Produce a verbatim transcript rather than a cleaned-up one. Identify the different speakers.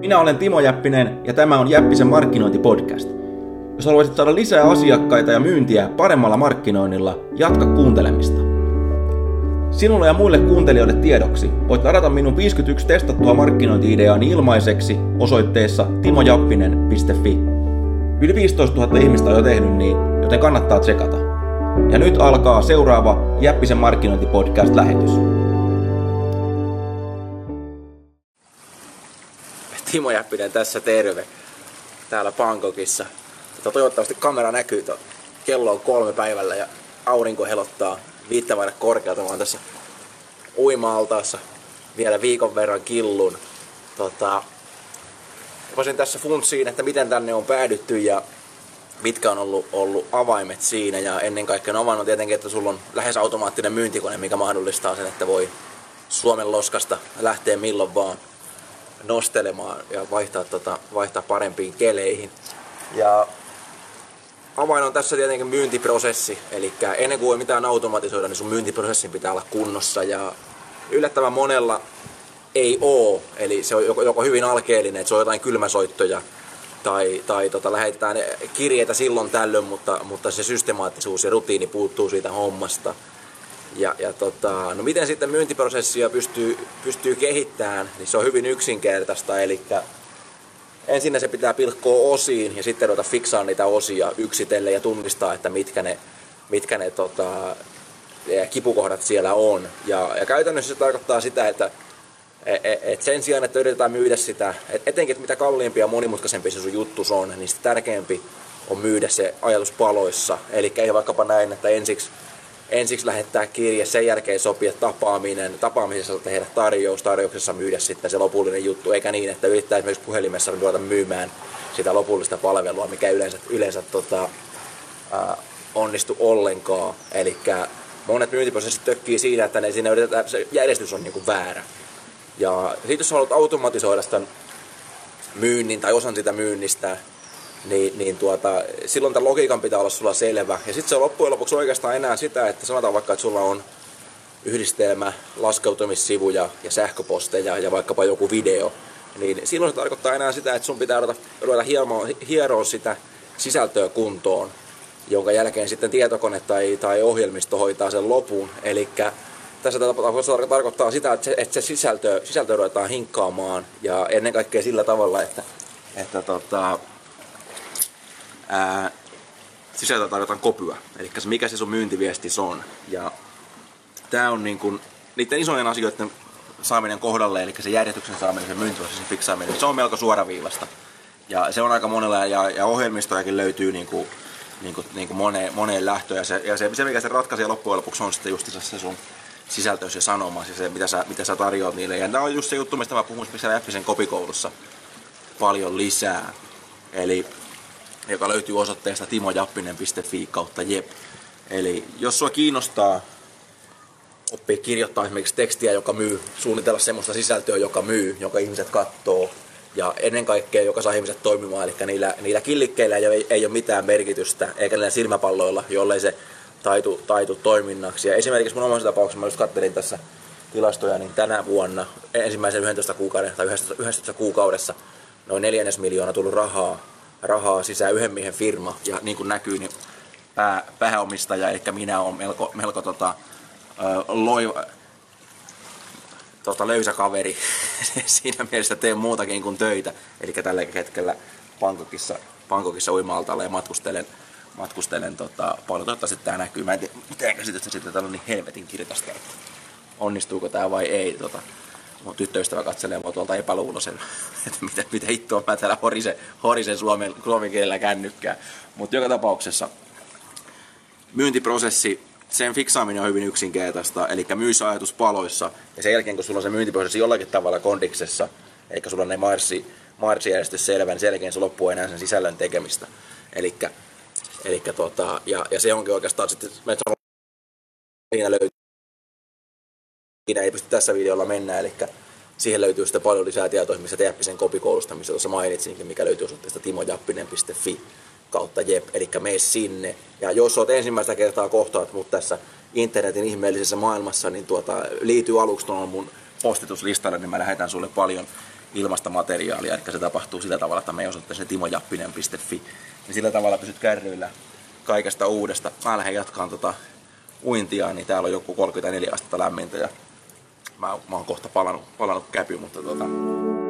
Speaker 1: Minä olen Timo Jäppinen ja tämä on Jäppisen markkinointipodcast. Jos haluaisit saada lisää asiakkaita ja myyntiä paremmalla markkinoinnilla, jatka kuuntelemista. Sinulle ja muille kuuntelijoille tiedoksi voit ladata minun viisikymmentäyksi testattua markkinointi-ideaani ilmaiseksi osoitteessa timojappinen piste fi. Yli viisitoistatuhatta ihmistä on jo tehnyt niin, joten kannattaa tsekata. Ja nyt alkaa seuraava Jäppisen markkinointipodcast-lähetys. Timo Jäppinen tässä, terve. Täällä Bangkokissa. Toivottavasti kamera näkyy. Kello on kolme päivällä ja aurinko helottaa viittä vaille korkealta. Mä oon tässä uima-altaassa vielä viikon verran killun. Tota, voisin tässä funtsiin, että miten tänne on päädytty ja mitkä on ollut, ollut avaimet siinä. Ja ennen kaikkea avain on tietenkin, että sulla on lähes automaattinen myyntikone, mikä mahdollistaa sen, että voi Suomen loskasta lähteä milloin vaan nostelemaan ja vaihtaa, tota, vaihtaa parempiin keleihin. Ja avain on tässä tietenkin myyntiprosessi, eli ennen kuin voi mitään automatisoida, niin sun myyntiprosessin pitää olla kunnossa. Ja yllättävän monella ei oo, eli se on joko, joko hyvin alkeellinen, että se on jotain kylmäsoittoja tai, tai tota, lähetetään kirjeitä silloin tällöin, mutta, mutta se systemaattisuus ja rutiini puuttuu siitä hommasta. Ja, ja tota, no miten sitten myyntiprosessia pystyy, pystyy kehittämään, niin se on hyvin yksinkertaista, eli ensin se pitää pilkkoa osiin ja sitten ruveta fiksaamaan niitä osia yksitellen ja tunnistaa, että mitkä ne, mitkä ne tota, kipukohdat siellä on. Ja, ja käytännössä se tarkoittaa sitä, että et, et sen sijaan, että yritetään myydä sitä, et etenkin että mitä kalliimpi ja monimutkaisempi se sun juttus on, niin sitä tärkeämpi on myydä se ajatus paloissa. Eli ei vaikkapa näin, että ensiksi Ensiksi lähettää kirje, sen jälkeen sopia tapaaminen, tapaamisessa tehdä tarjous, tarjouksessa myydä sitten se lopullinen juttu, eikä niin, että yrittää esimerkiksi puhelimessa ruveta myymään sitä lopullista palvelua, mikä yleensä, yleensä tota, ää, onnistu ollenkaan. Eli monet myyntiprosessit tökkii siinä, että ne siinä yritetään, se järjestys on niinku väärä. Ja sitten jos haluat automatisoida sitä myynnin tai osan sitä myynnistä, Niin, niin tuota, silloin tämän logiikan pitää olla sulla selvä. Ja sitten se on loppujen lopuksi oikeastaan enää sitä, että sanotaan vaikka, että sulla on yhdistelmä laskeutumissivuja ja sähköposteja ja vaikkapa joku video. Niin silloin se tarkoittaa enää sitä, että sun pitää ruveta, ruveta hieroa, hieroa sitä sisältöä kuntoon, jonka jälkeen sitten tietokone tai, tai ohjelmisto hoitaa sen lopun. Eli tässä tapauksessa tarkoittaa sitä, että se, että se sisältö, sisältö ruvetaan hinkkaamaan ja ennen kaikkea sillä tavalla, että, että tota, Ää, sisältöä tarjotaan kopyä, eli se mikä se sun myyntiviestis on. Ja tää on niin kun, niiden isojen asioiden saaminen kohdalle, eli se järjestyksen saaminen, se myyntiprosessin fiksaaminen, se on melko suoraviivasta. Ja se on aika monella, ja, ja ohjelmistojakin löytyy niin kuin, niin kuin, niin kuin moneen, moneen lähtöön. Ja, se, ja se, se, mikä se ratkaisee loppujen lopuksi, on sitten just se sun sisältöys ja sanomas ja se, mitä sä, mitä sä tarjoat niille. Ja tää on just se juttu, mistä mä puhun siellä Jäppisen kopikoulussa paljon lisää. Eli joka löytyy osoitteesta timojappinen piste fi kautta jep. Eli jos sua kiinnostaa oppia kirjoittaa esimerkiksi tekstiä, joka myy, suunnitella semmoista sisältöä, joka myy, jonka ihmiset katsoo, ja ennen kaikkea, joka saa ihmiset toimimaan, eli niillä, niillä killikkeillä ei, ei ole mitään merkitystä, eikä niillä silmäpalloilla, jollei se taitu, taitu toiminnaksi. Ja esimerkiksi mun omassa tapauksessa, mä just katselin tässä tilastoja, niin tänä vuonna ensimmäisen yksitoista kuukauden tai yksitoista kuukaudessa noin neljännes miljoona tullut rahaa, rahaa sisään yhden miehen firma, ja niin kuin näkyy, niin pää, pääomistaja, eli minä olen melko, melko tota, loiva, tota, löysä kaveri. Siinä mielessä teen muutakin kuin töitä, eli tällä hetkellä Bangkokissa, Bangkokissa uima-altaalla ja matkustelen, matkustelen tota, paljon. Toivottavasti tää näkyy. Mä en tiedä, mitään käsitystä sitten, täällä on niin helvetin kirkasta, että onnistuuko tää vai ei. Tota, mun tyttöystävä katselee mua tuolta epäluuloisena, että mitä, mitä hittoa mä täällä horisen, horisen suomen, suomen kielellä kännykkää. Mutta joka tapauksessa myyntiprosessi, sen fiksaaminen on hyvin yksinkertaista, eli myy se ajatus paloissa, ja sen jälkeen kun sulla on se myyntiprosessi jollakin tavalla kondiksessa, eikä sulla on ne marssi, marssijärjestys selvä, niin sen jälkeen se loppuu enää sen sisällön tekemistä. Elikkä, elikkä tota, ja, ja se onkin oikeastaan sitten, että siinä löytyy, siinä ei pysty tässä videolla mennä, eli siihen löytyy sitten paljon lisää tietoa, missä Jäppisen kopikoulusta, missä tuossa mainitsinkin, mikä löytyy osoitteesta timojappinen piste fi kautta jep, eli mene sinne. Ja jos olet ensimmäistä kertaa kohtaat mut tässä internetin ihmeellisessä maailmassa, niin tuota, liity aluksi tuohon mun postituslistalle, niin mä lähetän sulle paljon ilmasta materiaalia, eli se tapahtuu sillä tavalla, että me osoitteeseen timojappinen piste fi. Niin sillä tavalla pysyt kärryillä kaikesta uudesta. Mä lähden jatkaan tota uintia, niin täällä on joku kolmekymmentäneljä astetta lämmintä ja mä, mä oon kohta palannut, palannut käpy, mutta tota,